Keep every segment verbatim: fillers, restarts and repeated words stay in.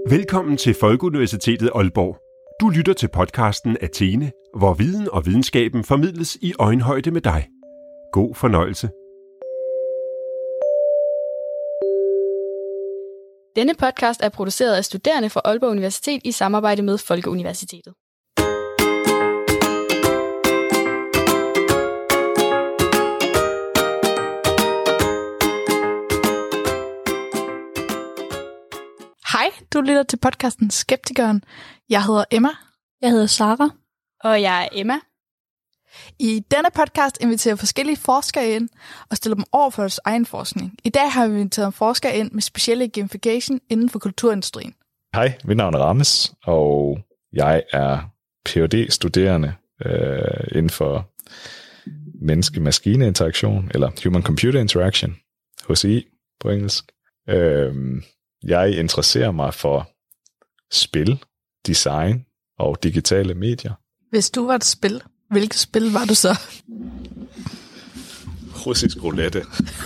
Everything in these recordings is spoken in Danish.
Velkommen til Folkeuniversitetet Aalborg. Du lytter til podcasten Athene, hvor viden og videnskaben formidles i øjenhøjde med dig. God fornøjelse. Denne podcast er produceret af studerende fra Aalborg Universitet i samarbejde med Folkeuniversitetet. Hej, du lytter til podcasten Skeptikeren. Jeg hedder Emma. Jeg hedder Sara. Og jeg er Emma. I denne podcast inviterer forskellige forskere ind og stiller dem over for deres egen forskning. I dag har vi inviteret forskere ind med specielle gamification inden for kulturindustrien. Hej, mit navn er Rames, og jeg er P H D-studerende øh, inden for menneske-maskine-interaktion, eller Human-Computer Interaction, H C I på engelsk. Øh, jeg interesserer mig for spil, design og digitale medier. Hvis du var et spil, hvilket spil var du så? Russisk roulette.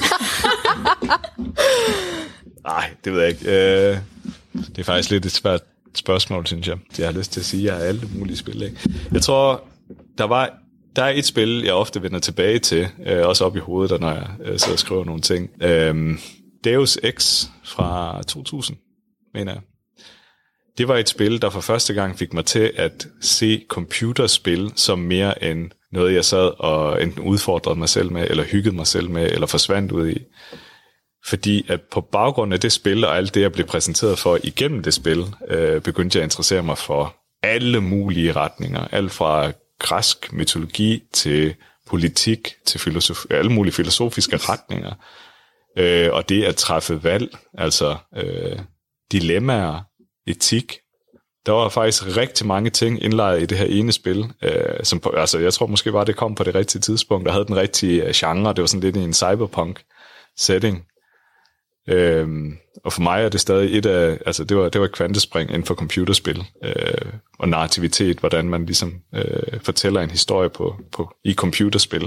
Nej, det ved jeg ikke. Øh, det er faktisk lidt et svært spørgsmål, synes jeg. Jeg har lyst til at sige, at jeg har alle mulige spil. Ikke? Jeg tror, der var der er et spil, jeg ofte vender tilbage til, øh, også op i hovedet, når jeg øh, sidder og skriver nogle ting. Øh, Deus Ex fra to tusind, mener jeg. Det var et spil, der for første gang fik mig til at se computerspil som mere end noget, jeg sad og enten udfordrede mig selv med, eller hyggede mig selv med, eller forsvandt ud i. Fordi at på baggrund af det spil, og alt det, jeg blev præsenteret for igennem det spil, øh, begyndte jeg at interessere mig for alle mulige retninger. Alt fra græsk mytologi til politik, til filosofi, alle mulige filosofiske retninger. Øh, og det at træffe valg, altså øh, dilemmaer, etik. Der var faktisk rigtig mange ting indlejret i det her ene spil, øh, som på, altså jeg tror måske bare det kom på det rigtige tidspunkt, der havde den rigtige genre, det var sådan lidt i en cyberpunk setting. Øh, og for mig er det stadig et af, altså det var, det var et kvantespring inden for computerspil, øh, og narrativitet, hvordan man ligesom øh, fortæller en historie på, på, i computerspil.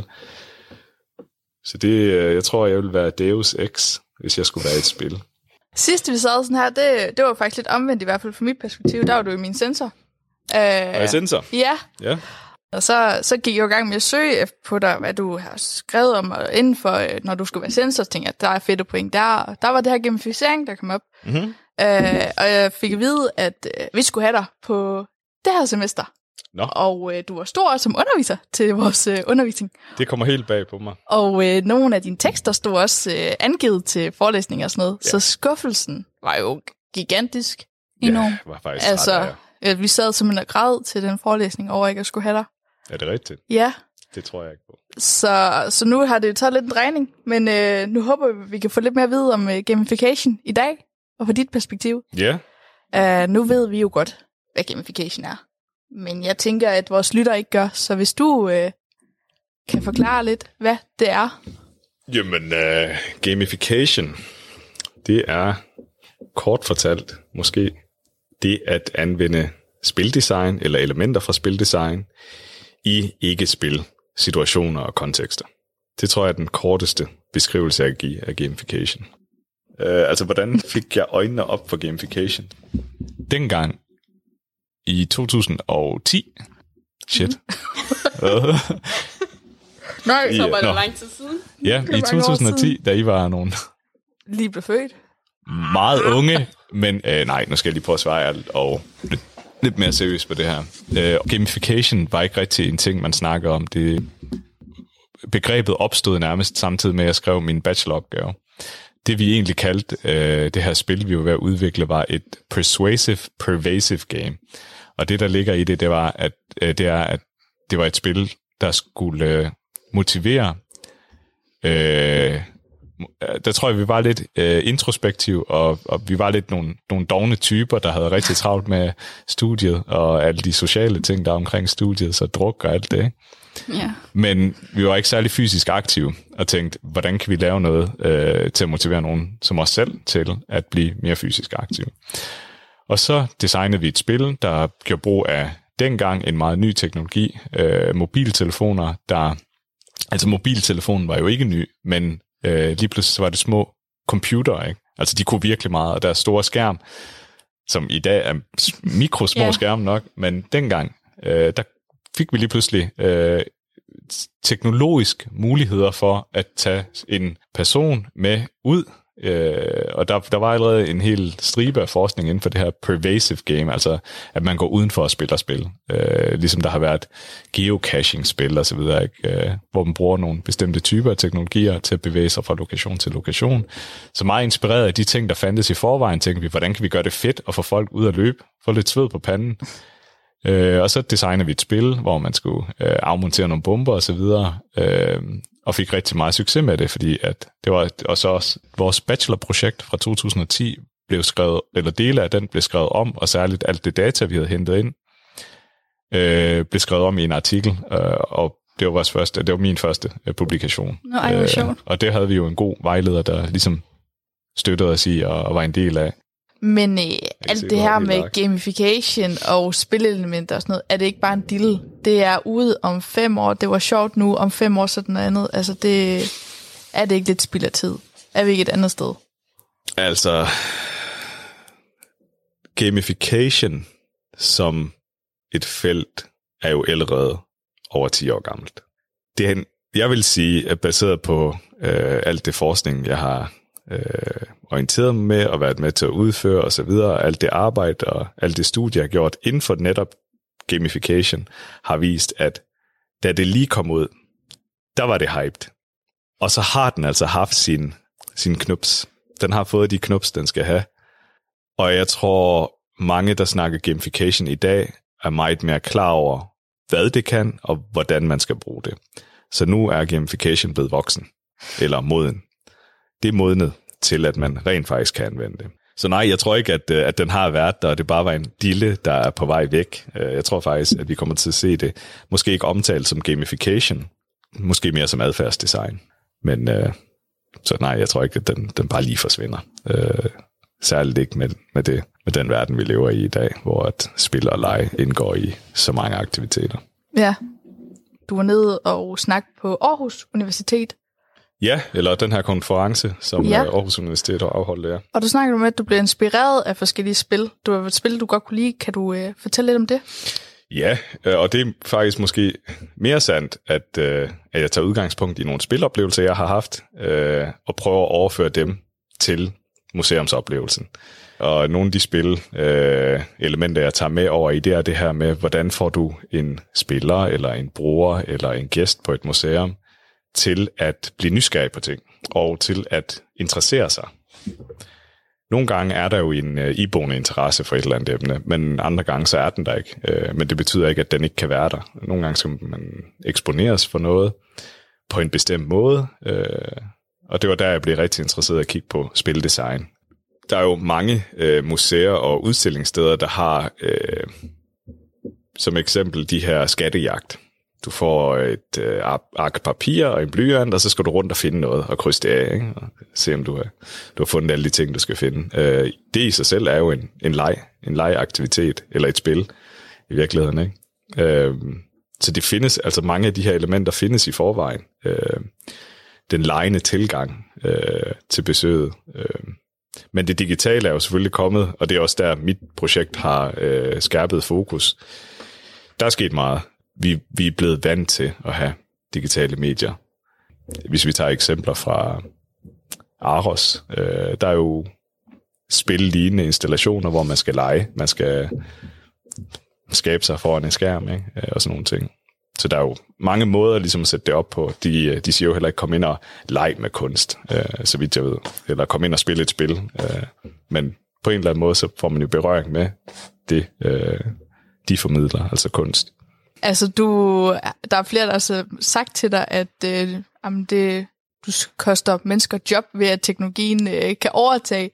Så det, jeg tror, jeg ville være Deus Ex, hvis jeg skulle være et spil. Sidst vi sad sådan her, det, det var faktisk lidt omvendt, i hvert fald fra mit perspektiv. Der var du i min sensor. Øh, var jeg sensor? Ja. Ja. Og så, så gik jeg jo i gang med at søge på dig, hvad du har skrevet om, og inden for, når du skulle være sensor, så tænkte jeg, at der er fedte point der. Og der var det her gamificering, der kom op. Mm-hmm. Øh, og jeg fik at vide, at øh, vi skulle have dig på det her semester. Nå. Og øh, du var stor som underviser til vores øh, undervisning. Det kommer helt bag på mig. Og øh, nogle af dine tekster stod også øh, angivet til forelæsninger og sådan noget. Ja. Så skuffelsen var jo gigantisk. Enorm. Ja, var faktisk altså, ret, ja. øh, vi sad simpelthen og græd til den forelæsning over ikke at skulle have dig. Er det rigtigt? Ja. Det tror jeg ikke på. Så, så nu har det jo taget lidt en drejning, men øh, nu håber vi, vi kan få lidt mere at vide om øh, gamification i dag, og fra dit perspektiv. Ja. Yeah. Uh, nu ved vi jo godt, hvad gamification er. Men jeg tænker, at vores lytter ikke gør, så hvis du øh, kan forklare lidt, hvad det er. Jamen, uh, gamification, det er kort fortalt måske det at anvende spildesign eller elementer fra spildesign i ikke-spil-situationer og kontekster. Det tror jeg er den korteste beskrivelse, jeg kan give af gamification. Uh, altså, hvordan fik jeg øjnene op for gamification? Dengang i to tusind og ti. Shit. Nej, så var det lang tid siden. Ja, i to tusind og ti, da I var nogen lige blev født. Meget unge, men øh, nej, nu skal jeg lige prøve at svare alt og lidt, lidt mere seriøst på det her. Øh, gamification var ikke rigtig en ting, man snakker om. Det begrebet opstod nærmest samtidig med, at jeg skrev min bacheloropgave. Det vi egentlig kaldte øh, det her spil, vi var ved at udvikle, var et persuasive, pervasive game. Og det, der ligger i det, det var, at øh, det er, at det var et spil, der skulle øh, motivere. Øh, der tror jeg, vi var lidt øh, introspektive, og, og vi var lidt nogle, nogle dovne typer, der havde rigtig travlt med studiet, og alle de sociale ting, der er omkring studiet, så druk og alt det, ikke? Ja. Men vi var ikke særlig fysisk aktive, og tænkte, hvordan kan vi lave noget øh, til at motivere nogen som os selv til at blive mere fysisk aktive. Og så designede vi et spil, der gjorde brug af dengang en meget ny teknologi, øh, mobiltelefoner, der, altså mobiltelefonen var jo ikke ny, men øh, lige pludselig var det små computere, ikke? Altså de kunne virkelig meget, og deres store skærm som i dag er mikrosmå yeah. skærme nok, men dengang, øh, der fik vi lige pludselig øh, teknologisk muligheder for at tage en person med ud, øh, og der, der var allerede en hel stribe af forskning inden for det her pervasive game, altså at man går uden for at spille og spille, øh, ligesom der har været geocaching-spil og så videre, ikke? Øh, hvor man bruger nogle bestemte typer af teknologier til at bevæge sig fra lokation til lokation. Så meget inspireret af de ting, der fandtes i forvejen, tænkte vi, hvordan kan vi gøre det fedt og få folk ud at løbe, få lidt sved på panden. Øh, og så designer vi et spil, hvor man skulle øh, afmontere nogle bomber og så videre, øh, og fik rigtig meget succes med det, fordi at det var og så også vores bachelorprojekt fra to tusind og ti blev skrevet, eller dele af den blev skrevet om, og særligt alt det data, vi havde hentet ind, øh, blev skrevet om i en artikel, øh, og det var vores første, det var min første øh, publikation. Nå, ej, hvor sjovt. Øh, og det havde vi jo en god vejleder, der ligesom støttede os i og, og var en del af. Men øh, alt det her med gamification og spillelementer og sådan noget, er det ikke bare en dille? Det er ude om fem år, det var sjovt nu, om fem år så den andet. Altså det, er det ikke lidt spild af tid? Er vi ikke et andet sted? Altså, gamification som et felt er jo allerede over ti år gammelt. Det er en, jeg vil sige, at baseret på øh, alt det forskning, jeg har øh, orienteret mig med og været med til at udføre og så videre, alt det arbejde og alt det studie, jeg har gjort inden for netop gamification, har vist, at da det lige kom ud, der var det hyped. Og så har den altså haft sin, sin knups. Den har fået de knups, den skal have. Og jeg tror, mange, der snakker gamification i dag, er meget mere klar over, hvad det kan, og hvordan man skal bruge det. Så nu er gamification blevet voksen, eller moden. Det er modnet til, at man rent faktisk kan anvende det. Så nej, jeg tror ikke, at, at den har været der, og det bare var en dille, der er på vej væk. Jeg tror faktisk, at vi kommer til at se det, måske ikke omtalt som gamification, måske mere som adfærdsdesign. Men øh, så nej, jeg tror ikke, at den, den bare lige forsvinder. Øh, særligt ikke med, med, det, med den verden, vi lever i i dag, hvor at spil og lege indgår i så mange aktiviteter. Ja, du var nede og snakke på Aarhus Universitet. Ja, eller den her konference, som ja. Aarhus Universitet har afholdt, ja. Og du snakker om, at du blev inspireret af forskellige spil. Du har et spil, du godt kunne lide. Kan du øh, fortælle lidt om det? Ja, og det er faktisk måske mere sandt, at, øh, at jeg tager udgangspunkt i nogle spiloplevelser, jeg har haft, øh, og prøver at overføre dem til museumsoplevelsen. Og nogle af de spil, øh, elementer, jeg tager med over i, det er det her med, hvordan får du en spiller, eller en bruger, eller en gæst på et museum, til at blive nysgerrig på ting, og til at interessere sig. Nogle gange er der jo en uh, iboende interesse for et eller andet emne, men andre gange så er den der ikke. Uh, men det betyder ikke, at den ikke kan være der. Nogle gange skal man eksponeres for noget på en bestemt måde, uh, og det var der, jeg blev rigtig interesseret at kigge på spildesign. Der er jo mange uh, museer og udstillingssteder, der har uh, som eksempel de her skattejagt. Du får et øh, ark papir og en blyant, og så skal du rundt og finde noget og krydse det af, ikke? Og se om du har, du har fundet alle de ting, du skal finde. Øh, det i sig selv er jo en, en leg, en legeaktivitet, eller et spil i virkeligheden, ikke? Øh, så det findes, altså mange af de her elementer findes i forvejen. Øh, den legende tilgang øh, til besøget. Øh, men det digitale er jo selvfølgelig kommet, og det er også der, mit projekt har øh, skærpet fokus. Der er sket meget. Vi, vi er blevet vant til at have digitale medier. Hvis vi tager eksempler fra Aros, øh, der er jo spil-lignende installationer, hvor man skal lege, man skal skabe sig foran en skærm, ikke? Og sådan nogle ting. Så der er jo mange måder ligesom at sætte det op på. De, de siger jo heller ikke, kom ind og lege med kunst, øh, så vidt jeg ved. Eller kom ind og spille et spil. Øh, men på en eller anden måde, så får man jo berøring med det, øh, de formidler, altså kunst. Altså, du, der er flere, der har sagt til dig, at øh, jamen det, du koster mennesker job ved, at teknologien øh, kan overtage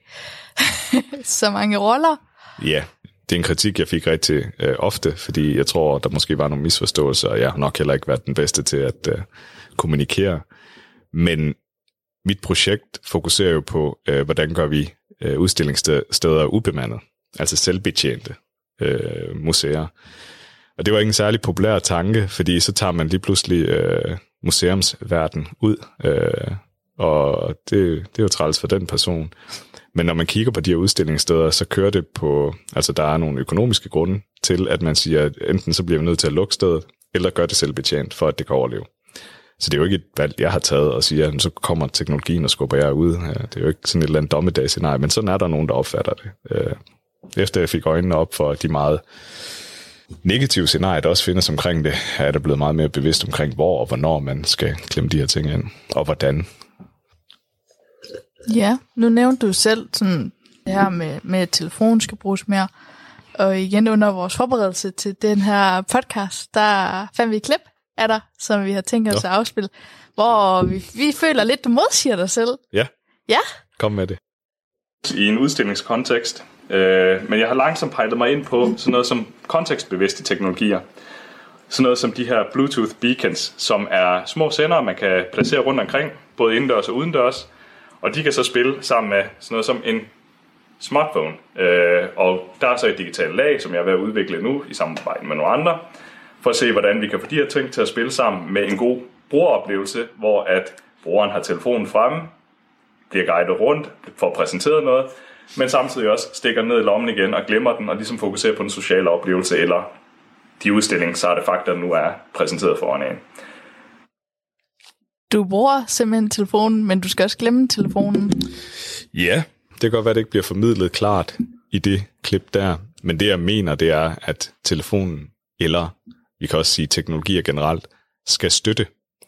så mange roller. Ja, det er en kritik, jeg fik rigtig øh, ofte, fordi jeg tror, der måske var nogle misforståelser, og jeg har nok heller ikke været den bedste til at øh, kommunikere. Men mit projekt fokuserer jo på, øh, hvordan gør vi øh, udstillingssteder ubemandet, altså selvbetjente øh, museer. Og det var ikke en særlig populær tanke, fordi så tager man lige pludselig øh, museumsverden ud. Øh, og det, det er jo træls for den person. Men når man kigger på de her udstillingssteder, så kører det på, altså der er nogle økonomiske grunde til, at man siger, at enten så bliver vi nødt til at lukke stedet, eller gør det selvbetjent, for at det kan overleve. Så det er jo ikke et valg, jeg har taget og siger, at så kommer teknologien og skubber jer ud. Det er jo ikke sådan et eller andet dommedagsscenarie, men sådan er der nogen, der opfatter det. Efter jeg fik øjnene op for de meget negative scenarier, der også findes omkring det, er der blevet meget mere bevidst omkring, hvor og hvornår man skal klemme de her ting ind, og hvordan. Ja, nu nævnte du selv sådan det her med, med at telefonen skal bruges mere. Og igen under vores forberedelse til den her podcast, der fandt vi et klip af dig, som vi har tænkt os jo. at afspille, hvor vi, vi føler lidt, du modsiger dig selv. Ja, ja. Kom med det. I en udstillingskontekst, øh, men jeg har langsomt pejlet mig ind på sådan noget som kontekstbevidste teknologier. Sådan noget som de her Bluetooth beacons, som er små sendere, man kan placere rundt omkring, både indendørs og udendørs, og de kan så spille sammen med sådan noget som en smartphone. Øh, og der er så et digitalt lag, som jeg er ved at udvikle nu i samarbejde med nogle andre, for at se, hvordan vi kan få de her ting til at spille sammen med en god brugeroplevelse, hvor at brugeren har telefonen fremme, bliver guidet rundt, får præsenteret noget, men samtidig også stikker ned i lommen igen og glemmer den, og ligesom fokuserer på den sociale oplevelse, eller de udstillingsartefakter, der nu er præsenteret foran en. Du bruger simpelthen telefonen, men du skal også glemme telefonen. Ja, det kan godt være, at det ikke bliver formidlet klart i det klip der, men det jeg mener, det er, at telefonen, eller vi kan også sige teknologier generelt, skal støtte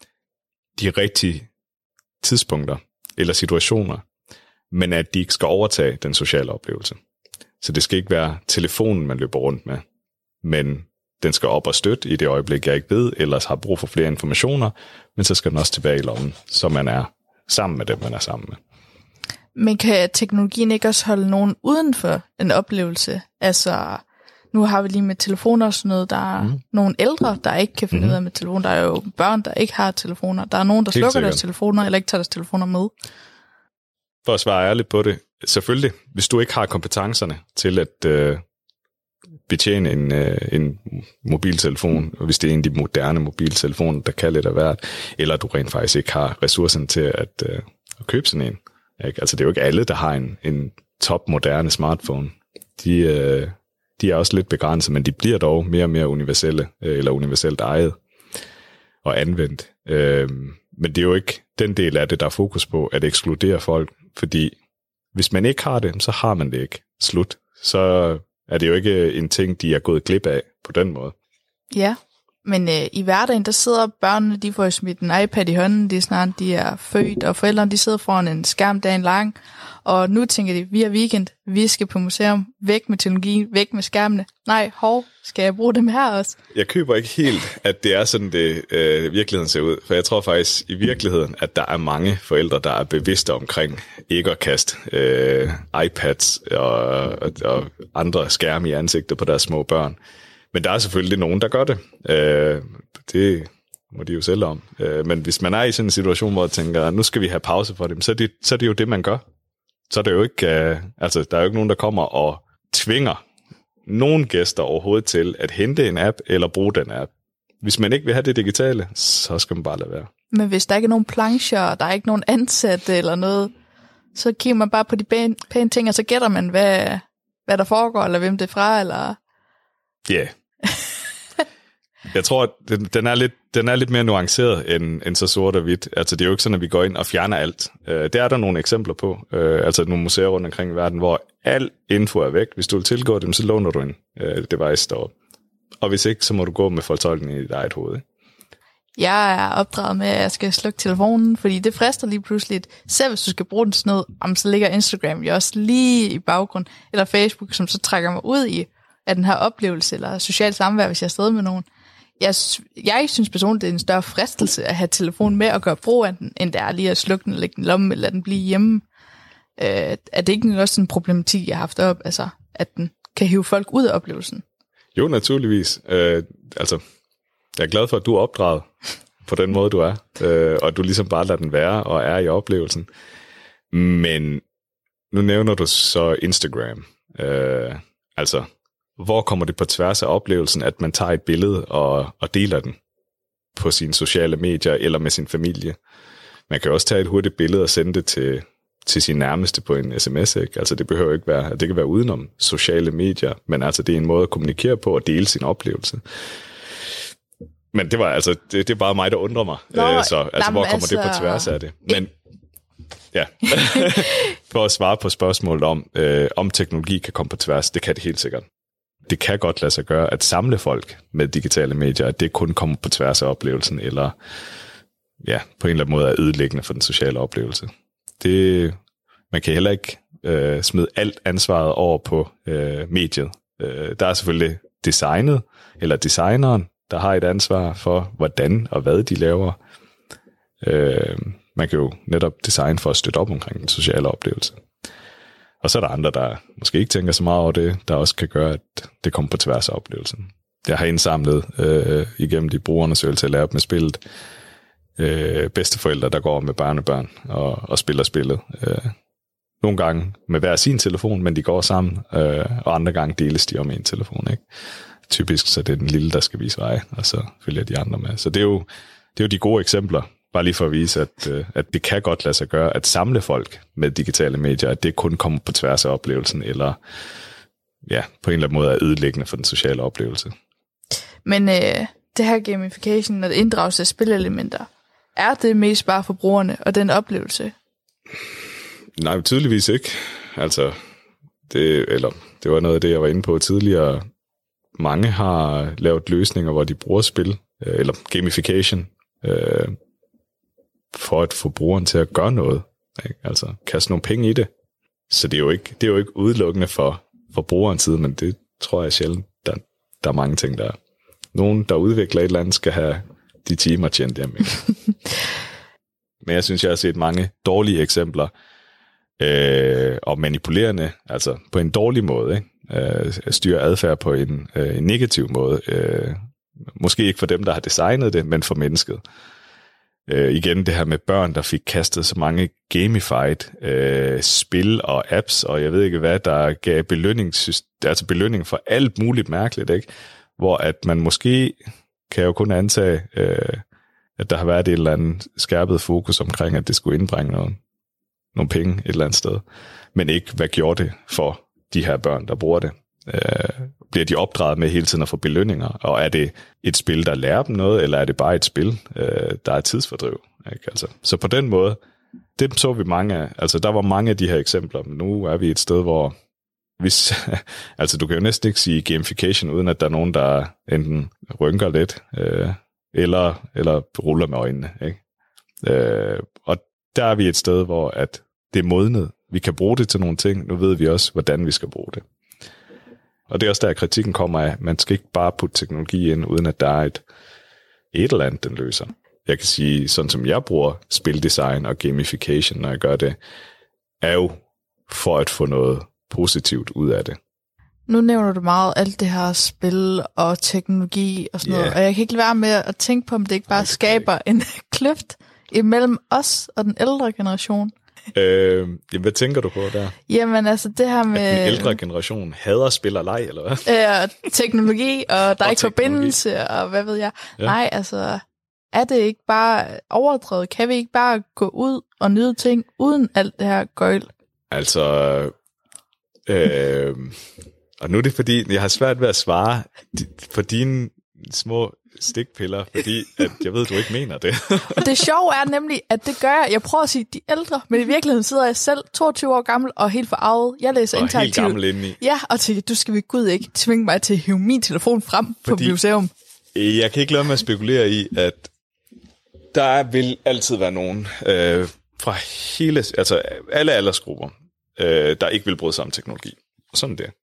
de rigtige tidspunkter eller situationer, men at de ikke skal overtage den sociale oplevelse. Så det skal ikke være telefonen, man løber rundt med, men den skal op og støtte i det øjeblik, jeg ikke ved, ellers har brug for flere informationer, men så skal den også tilbage i lommen, så man er sammen med dem, man er sammen med. Men kan teknologien ikke også holde nogen uden for en oplevelse? Altså, nu har vi lige med telefoner og sådan noget, der er mm. nogle ældre, der ikke kan finde mm. ud af med telefoner. Der er jo børn, der ikke har telefoner. Der er nogen, der Helt slukker sikkert. deres telefoner, eller ikke tager deres telefoner med. For at svare ærligt på det, selvfølgelig, hvis du ikke har kompetencerne til at øh, betjene en, øh, en mobiltelefon, hvis det er en af de moderne mobiltelefoner, der kan lidt af hvert, eller du rent faktisk ikke har ressourcerne til at, øh, at købe sådan en. Ikke? Altså det er jo ikke alle, der har en, en top-moderne smartphone. De, øh, de er også lidt begrænset, men de bliver dog mere og mere universelle, øh, eller universelt ejet og anvendt. Øh, men det er jo ikke den del af det, der er fokus på, at ekskludere folk, fordi hvis man ikke har det, så har man det ikke. Slut. Så er det jo ikke en ting, de er gået glip af på den måde. Ja, men øh, i hverdagen, der sidder børnene, de får jo smidt en iPad i hånden, det er snart, de er født, og forældrene, de sidder foran en skærm dagen lang, og nu tænker de, vi er weekend, vi skal på museum, væk med teknologien, væk med skærmene. Nej, hov, skal jeg bruge dem her også? Jeg køber ikke helt, at det er sådan, det øh, virkeligheden ser ud, for jeg tror faktisk i virkeligheden, at der er mange forældre, der er bevidste omkring ikke at kaste øh, iPads og, og, og andre skærme i ansigtet på deres små børn. Men der er selvfølgelig nogen, der gør det. Øh, det må de jo selv om. Øh, men hvis man er i sådan en situation, hvor man tænker, nu skal vi have pause for dem, så er det, så er det jo det, man gør. Så er det jo ikke, øh, altså, der er jo ikke nogen, der kommer og tvinger nogen gæster overhovedet til at hente en app eller bruge den app. Hvis man ikke vil have det digitale, så skal man bare lade være. Men hvis der ikke er nogen plancher, der er ikke nogen ansatte eller noget, så kigger man bare på de pæne, pæne ting, og så gætter man, hvad, hvad der foregår, eller hvem det er fra, eller... Ja. Yeah. Jeg tror, at den, den, er lidt, den er lidt mere nuanceret end, end så sort og hvidt. Altså, det er jo ikke sådan, at vi går ind og fjerner alt. Uh, det er der nogle eksempler på. Uh, altså nogle museer rundt omkring i verden, hvor al info er væk. Hvis du vil tilgå dem, så låner du en uh, device deroppe. Og hvis ikke, så må du gå med fortolkning i dit eget hoved. Jeg er opdraget med, at jeg skal slukke telefonen, fordi det frister lige pludselig. Selv hvis du skal bruge den sådan noget, om så ligger Instagram jo også lige i baggrund, eller Facebook, som så trækker mig ud i af den her oplevelse, eller social samvær, hvis jeg er afsted med nogen. Jeg, jeg synes personligt, det er en større fristelse at have telefonen med og gøre brug af den, end det er lige at slukke den, lægge den i lommen, eller lade den blive hjemme. Øh, er det ikke også en problematik, jeg har haft op, altså, at den kan hive folk ud af oplevelsen? Jo, naturligvis. Øh, altså, jeg er glad for, at du er opdraget på den måde, du er, øh, og at du ligesom bare lader den være og er i oplevelsen. Men nu nævner du så Instagram. Øh, altså, hvor kommer det på tværs af oplevelsen, at man tager et billede og, og deler den på sine sociale medier eller med sin familie? man kan også tage et hurtigt billede og sende det til, til sin nærmeste på en sms, ikke? Altså det behøver ikke være, det kan være udenom sociale medier, men altså det er en måde at kommunikere på og dele sin oplevelse. Men det var altså, det, det er bare mig, der undrer mig. Nå, øh, så altså, hvor kommer altså... det på tværs af det? Men ja, for at svare på spørgsmålet om, øh, om teknologi kan komme på tværs, det kan det helt sikkert. Det kan godt lade sig gøre at samle folk med digitale medier, at det kun kommer på tværs af oplevelsen, eller ja, på en eller anden måde er ødelæggende for den sociale oplevelse. Det, man kan heller ikke øh, smide alt ansvaret over på øh, mediet. Øh, der er selvfølgelig designet, eller designeren, der har et ansvar for, hvordan og hvad de laver. Øh, man kan jo netop designe for at støtte op omkring den sociale oplevelse. Og så er der andre, der måske ikke tænker så meget over det, der også kan gøre, at det kommer på tværs af oplevelsen. Jeg har indsamlet øh, igennem de brugerundersøgelser, jeg lavede med spillet, øh, bedsteforældre, der går med børnebørn og, og spiller spillet. Øh, nogle gange med hver sin telefon, men de går sammen, øh, og andre gange deles de om en telefon, ikke? Typisk så det er den lille, der skal vise vej, og så følger de andre med. Så det er jo, det er jo de gode eksempler, bare lige for at vise, at, øh, at det kan godt lade sig gøre at samle folk med digitale medier, at det kun kommer på tværs af oplevelsen, eller ja, på en eller anden måde er ødelæggende for den sociale oplevelse. Men øh, det her gamification og inddragelse af spillelementer, er det mest bare for brugerne og den oplevelse? Nej, tydeligvis ikke. Altså, det, eller, det var noget af det, jeg var inde på tidligere. Mange har lavet løsninger, hvor de bruger spil, eller gamification, øh, for at få brugeren til at gøre noget. Ikke? Altså, kaste nogle penge i det. Så det er jo ikke, det er jo ikke udelukkende for, for brugerens side, men det tror jeg sjældent, der, der er mange ting, der er. Nogen, der udvikler et eller andet, skal have de timer tjent hjem. Men jeg synes, jeg har set mange dårlige eksempler, øh, og manipulerende, altså på en dårlig måde, ikke? Øh, styre adfærd på en, øh, en negativ måde. Øh, måske ikke for dem, der har designet det, men for mennesket. Øh, igen det her med børn, der fik kastet så mange gamified øh, spil og apps, og jeg ved ikke hvad, der gav belønning, altså belønning for alt muligt mærkeligt, ikke? Hvor at man måske kan jo kun antage, øh, at der har været et eller andet skærpet fokus omkring, at det skulle indbringe noget, nogle penge et eller andet sted, men ikke hvad gjorde det for de her børn, der bruger det. Øh, bliver de opdraget med hele tiden at få belønninger, og er det et spil, der lærer dem noget, eller er det bare et spil, øh, der er tidsfordriv? Ikke? Altså, så på den måde, det så vi mange af, altså der var mange af de her eksempler, men nu er vi et sted, hvor hvis, altså du kan jo næsten ikke sige gamification, uden at der er nogen, der enten rynker lidt, øh, eller, eller ruller med øjnene. Ikke? Øh, og der er vi et sted, hvor at det er modnet. Vi kan bruge det til nogle ting, nu ved vi også, hvordan vi skal bruge det. Og det er også der, kritikken kommer af, man skal ikke bare putte teknologi ind, uden at der er et, et eller andet, den løser. Jeg kan sige, sådan som jeg bruger spildesign og gamification, når jeg gør det, er jo for at få noget positivt ud af det. Nu nævner du meget alt det her spil og teknologi og sådan yeah. noget, og jeg kan ikke lade være med at tænke på, om det ikke bare skaber en kløft imellem os og den ældre generation. Øh, jamen, hvad tænker du på der? Jamen altså det her med... At den ældre generation hader spil og leg, eller hvad? Øh, teknologi, og der er ikke forbindelse, og hvad ved jeg. Ja. Nej, altså, er det ikke bare overdrevet? Kan vi ikke bare gå ud og nyde ting, uden alt det her gøjl? Altså, øh, og nu er det fordi, jeg har svært ved at svare for dine små stikpiller, fordi at jeg ved, du ikke mener det. Og det sjove er nemlig, at det gør jeg. Jeg prøver at sige de ældre, men i virkeligheden sidder jeg selv toogtyve år gammel og helt forarvet. Jeg læser interaktivt. Og helt gammel indeni. Ja, og tænker, du skal ved Gud ikke tvinge mig til at hive min telefon frem fordi på museum. Jeg kan ikke lade mig at spekulere i, at der vil altid være nogen øh, fra hele, altså alle aldersgrupper, øh, der ikke vil bryde sig om teknologi. Sådan det.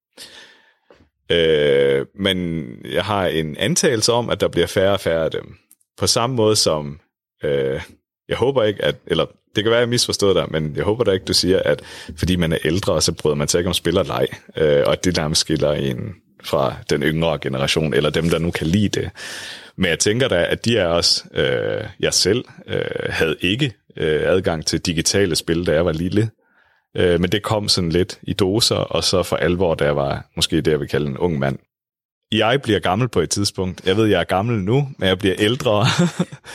Øh, men jeg har en antagelse om, at der bliver færre og færre af dem. På samme måde som, øh, jeg håber ikke, at, eller det kan være, at jeg misforstod dig, men jeg håber da ikke, du siger, at fordi man er ældre, så bryder man sig ikke om spil og leg, øh, og at det nærmest skiller en fra den yngre generation, eller dem, der nu kan lide det. Men jeg tænker da, at de er også, øh, jeg selv, øh, havde ikke øh, adgang til digitale spil, da jeg var lille. Men det kom sådan lidt i doser, og så for alvor, da jeg var måske det, jeg vil kalde en ung mand. Jeg bliver gammel på et tidspunkt. Jeg ved, jeg er gammel nu, men jeg bliver ældre.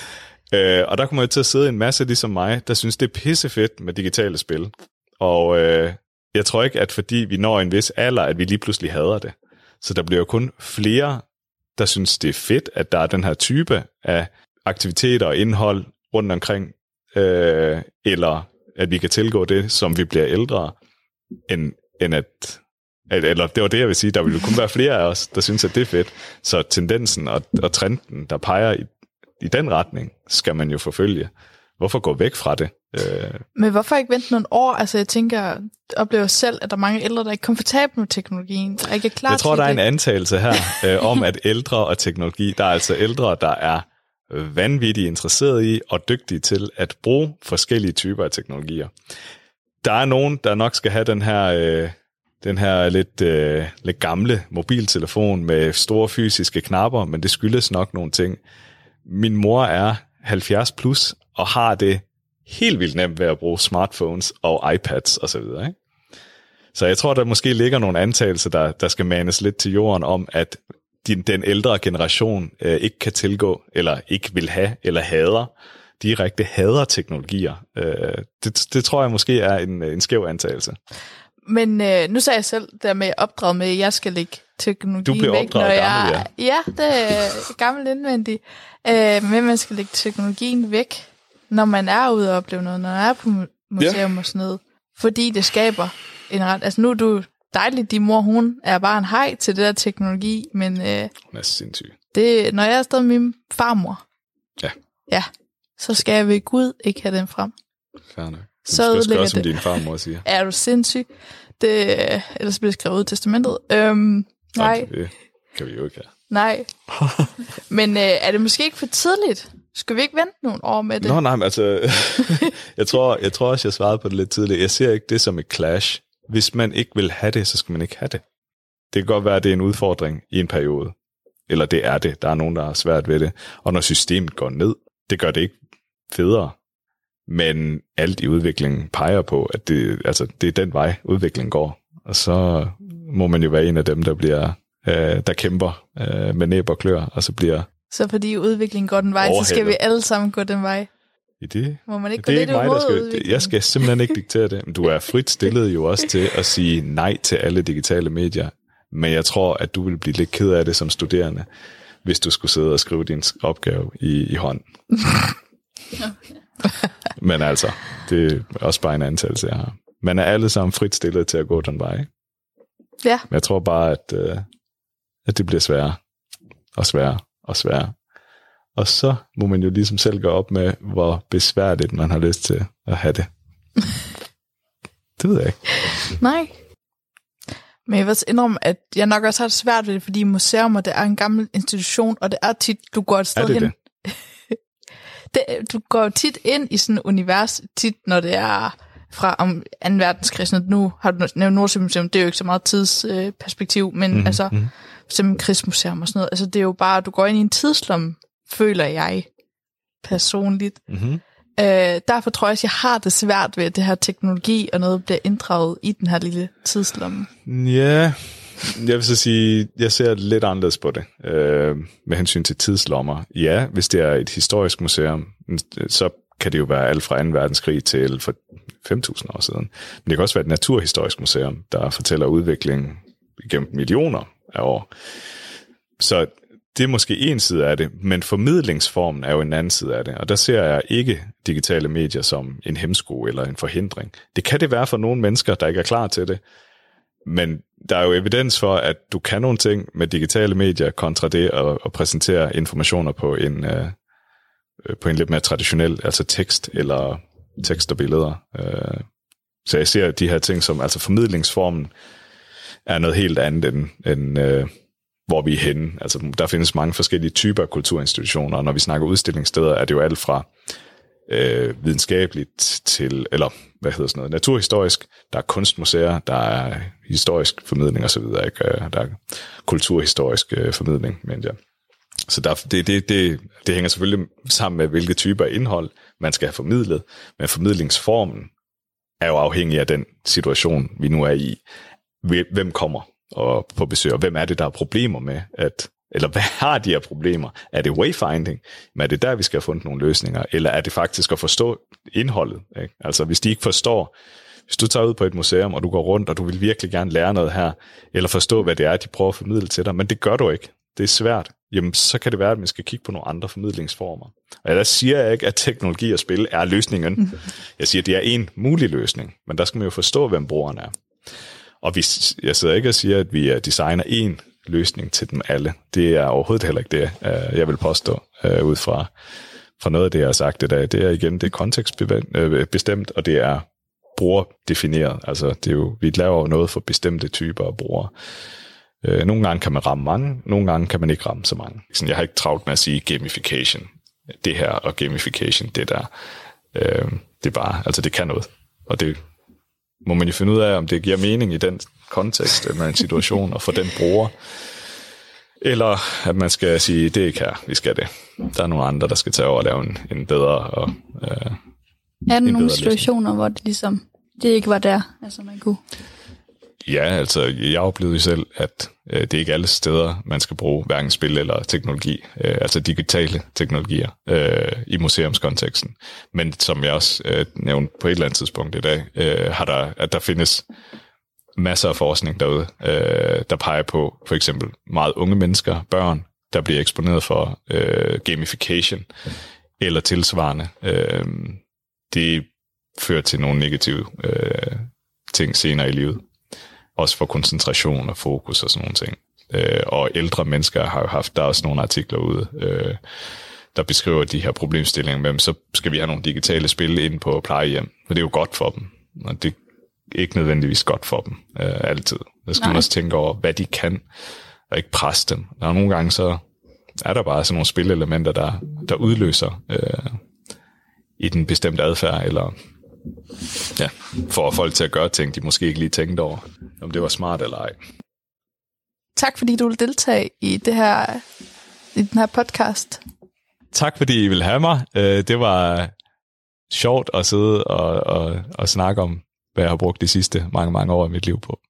Øh, og der kommer jeg til at sidde en masse ligesom mig, der synes, det er pissefedt med digitale spil. Og øh, jeg tror ikke, at fordi vi når en vis alder, at vi lige pludselig hader det. Så der bliver jo kun flere, der synes, det er fedt, at der er den her type af aktiviteter og indhold rundt omkring, øh, eller at vi kan tilgå det, som vi bliver ældre, end, end at, at... Eller det var det, jeg vil sige, der vil jo kun være flere af os, der synes, at det er fedt. Så tendensen og, og trenden, der peger i, i den retning, skal man jo forfølge. Hvorfor gå væk fra det? Øh... Men hvorfor ikke vente nogle år? Altså jeg tænker, jeg oplever selv, at der er mange ældre, der er ikke komfortable med teknologien, der ikke er klar til det. Jeg tror, der er en antagelse her øh, om, at ældre og teknologi, der er altså ældre, der er vanvittigt interesseret i og dygtige til at bruge forskellige typer af teknologier. Der er nogen, der nok skal have den her, øh, den her lidt, øh, lidt gamle mobiltelefon med store fysiske knapper, men det skyldes nok nogle ting. Min mor er halvfjerds plus og har det helt vildt nemt ved at bruge smartphones og iPads osv. Så, så jeg tror, der måske ligger nogle antagelser, der, der skal manes lidt til jorden om, at din, den ældre generation øh, ikke kan tilgå, eller ikke vil have, eller hader, direkte hader teknologier. Øh, det, det tror jeg måske er en, en skæv antagelse. Men øh, nu sagde jeg selv, der med opdraget med, at jeg skal lægge teknologi du bliver væk, opdraget når gammel, jeg... Ja, ja det er gammel indvendigt. Øh, men man skal lægge teknologien væk, når man er ude og opleve noget, når man er på museum ja. Og sådan noget. Fordi det skaber en ret... Altså nu er du dejligt, din mor, hun er bare en hej til det der teknologi, men... Øh, hun er sindssyg. Det, når jeg er stadig med min farmor, ja. Ja, så skal jeg ved Gud ikke have den frem. Fair nok. Du skal også gøre, som din farmor siger. Er du sindssyg? Det, ellers bliver det skrevet ud i testamentet. Øhm, nej. Det kan vi jo ikke have. Nej. Men øh, er det måske ikke for tidligt? Skal vi ikke vente nogle år med det? Nå nej, men altså... jeg, tror, jeg tror også, jeg svarede på det lidt tidligt. Jeg ser ikke det som et clash. Hvis man ikke vil have det, så skal man ikke have det. Det kan godt være, at det er en udfordring i en periode. Eller det er det. Der er nogen, der er svært ved det. Og når systemet går ned, det gør det ikke federe. Men alt i udviklingen peger på, at det, altså, det er den vej, udviklingen går. Og så må man jo være en af dem, der bliver øh, der kæmper øh, med næb og klør, og så bliver... Så fordi udviklingen går den vej, overhældet. Så skal vi alle sammen gå den vej. I det, må man ikke det gå lidt imod udviklingen? Jeg skal simpelthen ikke diktere det. Men du er frit stillet jo også til at sige nej til alle digitale medier. Men jeg tror, at du vil blive lidt ked af det som studerende, hvis du skulle sidde og skrive din opgave i, i hånd. Men altså, det er også bare en antagelse, jeg har. Man er alle sammen frit stillet til at gå den vej. Ja. Men jeg tror bare, at, øh, at det bliver sværere og sværere og sværere. Og så må man jo ligesom selv gå op med, hvor besværligt man har lyst til at have det. Det ved jeg ikke. Nej. Men jeg vil også indrømme, at jeg nok også har det svært ved det, fordi museer, det er en gammel institution, og det er tit, du går et sted er det hen. Det? det, du går tit ind i sådan et univers, tit når det er fra om anden verdenskrig. Nu har du nævnt Nordsjømuseum, det er jo ikke så meget tidsperspektiv, men mm-hmm. altså for eksempel krigsmuseum og sådan noget. Altså det er jo bare, du går ind i en tidslomme, føler jeg personligt. Mm-hmm. Øh, derfor tror jeg også, jeg har det svært ved, at det her teknologi og noget bliver inddraget i den her lille tidslomme. Ja, jeg vil så sige, jeg ser lidt anderledes på det, øh, med hensyn til tidslommer. Ja, hvis det er et historisk museum, så kan det jo være alt fra anden verdenskrig til for fem tusind år siden. Men det kan også være et naturhistorisk museum, der fortæller udviklingen igennem millioner af år. Så det er måske en side af det, men formidlingsformen er jo en anden side af det, og der ser jeg ikke digitale medier som en hæmsko eller en forhindring. Det kan det være for nogle mennesker, der ikke er klar til det, men der er jo evidens for, at du kan nogle ting med digitale medier kontra det at, at præsentere informationer på en, øh, på en lidt mere traditionel, altså tekst eller tekst og billeder. Øh, så jeg ser de her ting som, altså formidlingsformen er noget helt andet end, end øh, hvor vi er henne. Altså, der findes mange forskellige typer af kulturinstitutioner, og når vi snakker udstillingssteder, er det jo alt fra øh, videnskabeligt til, eller hvad hedder sådan noget, naturhistorisk, der er kunstmuseer, der er historisk formidling osv., der er kulturhistorisk øh, formidling, mener jeg. Så der, det, det, det, det hænger selvfølgelig sammen med, hvilke typer af indhold man skal have formidlet, men formidlingsformen er jo afhængig af den situation, vi nu er i. Hvem kommer og på besøg, og hvem er det, der har problemer med, at Eller hvad har de her problemer? Er det wayfinding? Men er det der, vi skal have fundet nogle løsninger? Eller er det faktisk at forstå indholdet? Ikke? Altså hvis de ikke forstår, hvis du tager ud på et museum, og du går rundt, og du vil virkelig gerne lære noget her, eller forstå, hvad det er, de prøver at formidle til dig, men det gør du ikke. Det er svært. Jamen, så kan det være, at man skal kigge på nogle andre formidlingsformer. Og der siger jeg ikke, at teknologi og spil er løsningen. Jeg siger, at det er en mulig løsning, men der skal man jo forstå, hvem brugeren er. Og vi, jeg sidder ikke og siger, at vi designer en løsning til dem alle. Det er overhovedet heller ikke det, jeg vil påstå, ud fra, fra noget af det, jeg har sagt i dag. Det er igen, det er kontekstbestemt, og det er brugerdefineret. Altså, det er jo, vi laver noget for bestemte typer af brugere. Nogle gange kan man ramme mange, nogle gange kan man ikke ramme så mange. Jeg har ikke travlt med at sige gamification. Det her og gamification, det der, det er bare, altså det kan noget. Og det må man jo finde ud af, om det giver mening i den kontekst, eller en situation, og for den bruger. Eller at man skal sige, det er ikke her, vi skal det. Der er nogle andre, der skal tage over og lave en, en bedre og øh, er der nogle situationer, løsning, hvor det ligesom, det ikke var der, altså man kunne? Ja, altså jeg oplevede jo selv, at øh, det er ikke alle steder, man skal bruge hverken spil eller teknologi, øh, altså digitale teknologier øh, i museumskonteksten. Men som jeg også øh, nævnte på et eller andet tidspunkt i dag, øh, har der, at der findes masser af forskning derude, øh, der peger på for eksempel meget unge mennesker, børn, der bliver eksponeret for øh, gamification eller tilsvarende. Øh, det fører til nogle negative øh, ting senere i livet. Også for koncentration og fokus og sådan nogle ting. Øh, og ældre mennesker har jo haft, der er også nogle artikler ude, øh, der beskriver de her problemstillinger med, så skal vi have nogle digitale spil ind på plejehjem. For det er jo godt for dem. Og det er ikke nødvendigvis godt for dem øh, altid. Der skal Nej. man også tænke over, hvad de kan, og ikke presse dem. Der er nogle gange, så er der bare sådan nogle spilelementer, der, der udløser øh, i den bestemte adfærd, eller ja, for folk til at gøre ting, de måske ikke lige tænkte over, om det var smart eller ej. Tak fordi du vil deltage i, det her, i den her podcast. Tak fordi I ville have mig. Det var sjovt at sidde og, og, og snakke om, hvad jeg har brugt de sidste mange, mange år i mit liv på.